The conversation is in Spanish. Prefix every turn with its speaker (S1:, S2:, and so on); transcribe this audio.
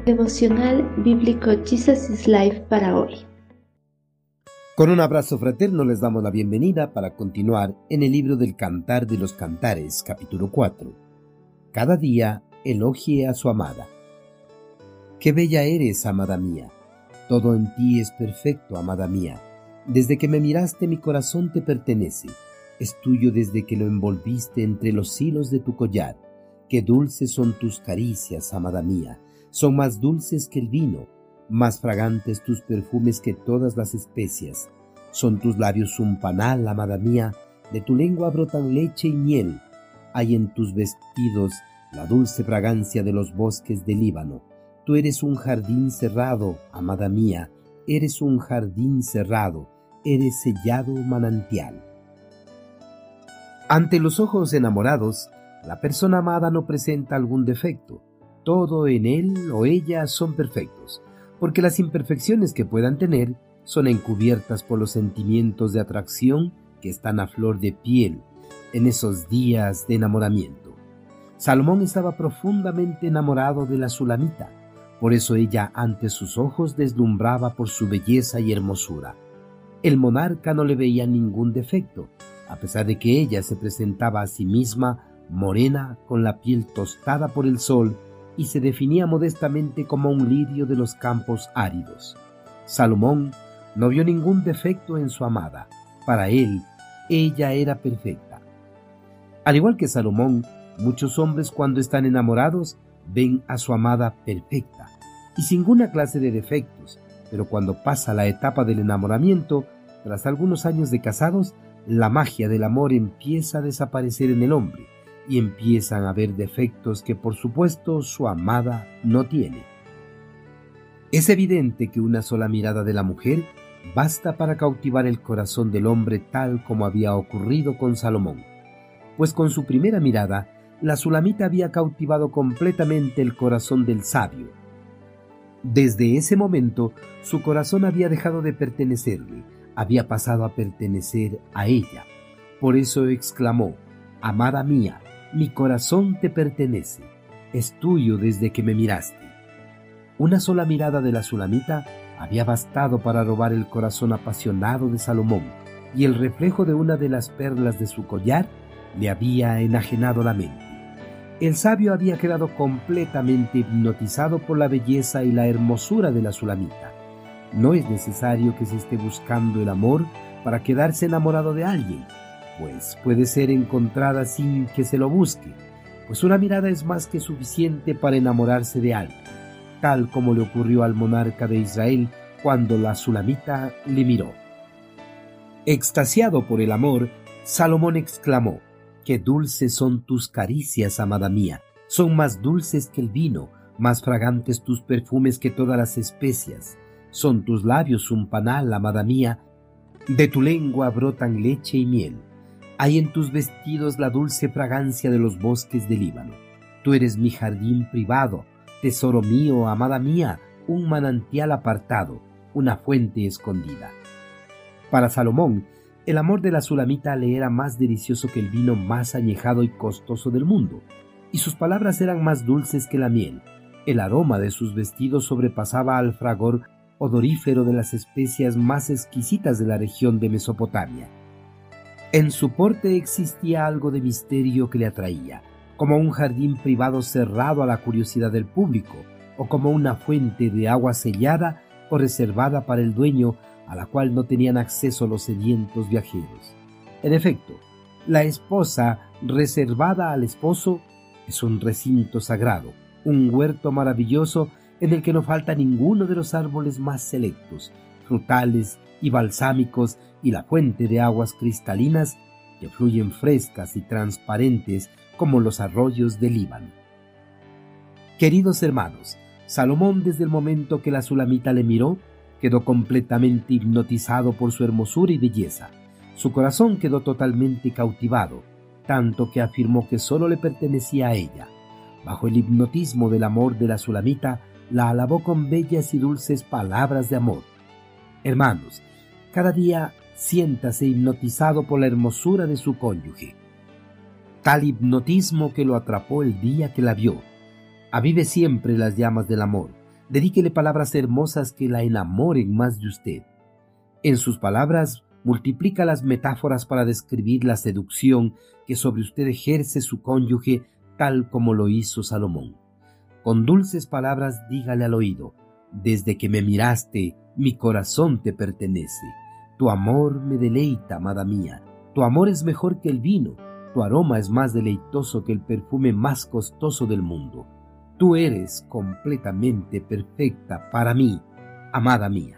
S1: Devocional bíblico Jesus is Life para hoy.
S2: Con un abrazo fraterno les damos la bienvenida para continuar en el libro del Cantar de los Cantares, capítulo 4. Cada día elogie a su amada. Qué bella eres, amada mía. Todo en ti es perfecto, amada mía. Desde que me miraste mi corazón te pertenece. Es tuyo desde que lo envolviste entre los hilos de tu collar. Qué dulces son tus caricias, amada mía. Son más dulces que el vino, más fragantes tus perfumes que todas las especias. Son tus labios un panal, amada mía, de tu lengua brotan leche y miel. Hay en tus vestidos la dulce fragancia de los bosques del Líbano. Tú eres un jardín cerrado, amada mía, eres un jardín cerrado, eres sellado manantial. Ante los ojos enamorados, la persona amada no presenta algún defecto. Todo en él o ella son perfectos, porque las imperfecciones que puedan tener son encubiertas por los sentimientos de atracción que están a flor de piel en esos días de enamoramiento. Salomón estaba profundamente enamorado de la Sulamita, por eso ella ante sus ojos deslumbraba por su belleza y hermosura. El monarca no le veía ningún defecto, a pesar de que ella se presentaba a sí misma morena con la piel tostada por el sol y se definía modestamente como un lirio de los campos áridos. Salomón no vio ningún defecto en su amada. Para él, ella era perfecta. Al igual que Salomón, muchos hombres cuando están enamorados ven a su amada perfecta y sin ninguna clase de defectos, pero cuando pasa la etapa del enamoramiento, tras algunos años de casados, la magia del amor empieza a desaparecer en el hombre y empiezan a haber defectos que por supuesto su amada no tiene. Es evidente que una sola mirada de la mujer basta para cautivar el corazón del hombre tal como había ocurrido con Salomón, pues con su primera mirada la Sulamita había cautivado completamente el corazón del sabio. Desde ese momento su corazón había dejado de pertenecerle, había pasado a pertenecer a ella. Por eso exclamó: amada mía, mi corazón te pertenece, es tuyo desde que me miraste. Una sola mirada de la Sulamita había bastado para robar el corazón apasionado de Salomón, y el reflejo de una de las perlas de su collar le había enajenado la mente. El sabio había quedado completamente hipnotizado por la belleza y la hermosura de la Sulamita. No es necesario que se esté buscando el amor para quedarse enamorado de alguien, pues puede ser encontrada sin que se lo busque, pues una mirada es más que suficiente para enamorarse de alguien, tal como le ocurrió al monarca de Israel cuando la Sulamita le miró. Extasiado por el amor, Salomón exclamó: qué dulces son tus caricias, amada mía, son más dulces que el vino, más fragantes tus perfumes que todas las especias, son tus labios un panal, amada mía, de tu lengua brotan leche y miel. Hay en tus vestidos la dulce fragancia de los bosques del Líbano. Tú eres mi jardín privado, tesoro mío, amada mía, un manantial apartado, una fuente escondida. Para Salomón, el amor de la Sulamita le era más delicioso que el vino más añejado y costoso del mundo, y sus palabras eran más dulces que la miel. El aroma de sus vestidos sobrepasaba al fragor odorífero de las especias más exquisitas de la región de Mesopotamia. En su porte existía algo de misterio que le atraía, como un jardín privado cerrado a la curiosidad del público, o como una fuente de agua sellada o reservada para el dueño, a la cual no tenían acceso los sedientos viajeros. En efecto, la esposa reservada al esposo es un recinto sagrado, un huerto maravilloso en el que no falta ninguno de los árboles más selectos, frutales y balsámicos, y la fuente de aguas cristalinas que fluyen frescas y transparentes como los arroyos del Líbano. Queridos hermanos, Salomón, desde el momento que la Sulamita le miró, quedó completamente hipnotizado por su hermosura y belleza. Su corazón quedó totalmente cautivado, tanto que afirmó que solo le pertenecía a ella. Bajo el hipnotismo del amor de la Sulamita, la alabó con bellas y dulces palabras de amor. Hermanos, cada día siéntase hipnotizado por la hermosura de su cónyuge. Tal hipnotismo que lo atrapó el día que la vio. Avive siempre las llamas del amor. Dedíquele palabras hermosas que la enamoren más de usted. En sus palabras, multiplica las metáforas para describir la seducción que sobre usted ejerce su cónyuge, tal como lo hizo Salomón. Con dulces palabras dígale al oído: desde que me miraste, mi corazón te pertenece. Tu amor me deleita, amada mía. Tu amor es mejor que el vino. Tu aroma es más deleitoso que el perfume más costoso del mundo. Tú eres completamente perfecta para mí, amada mía.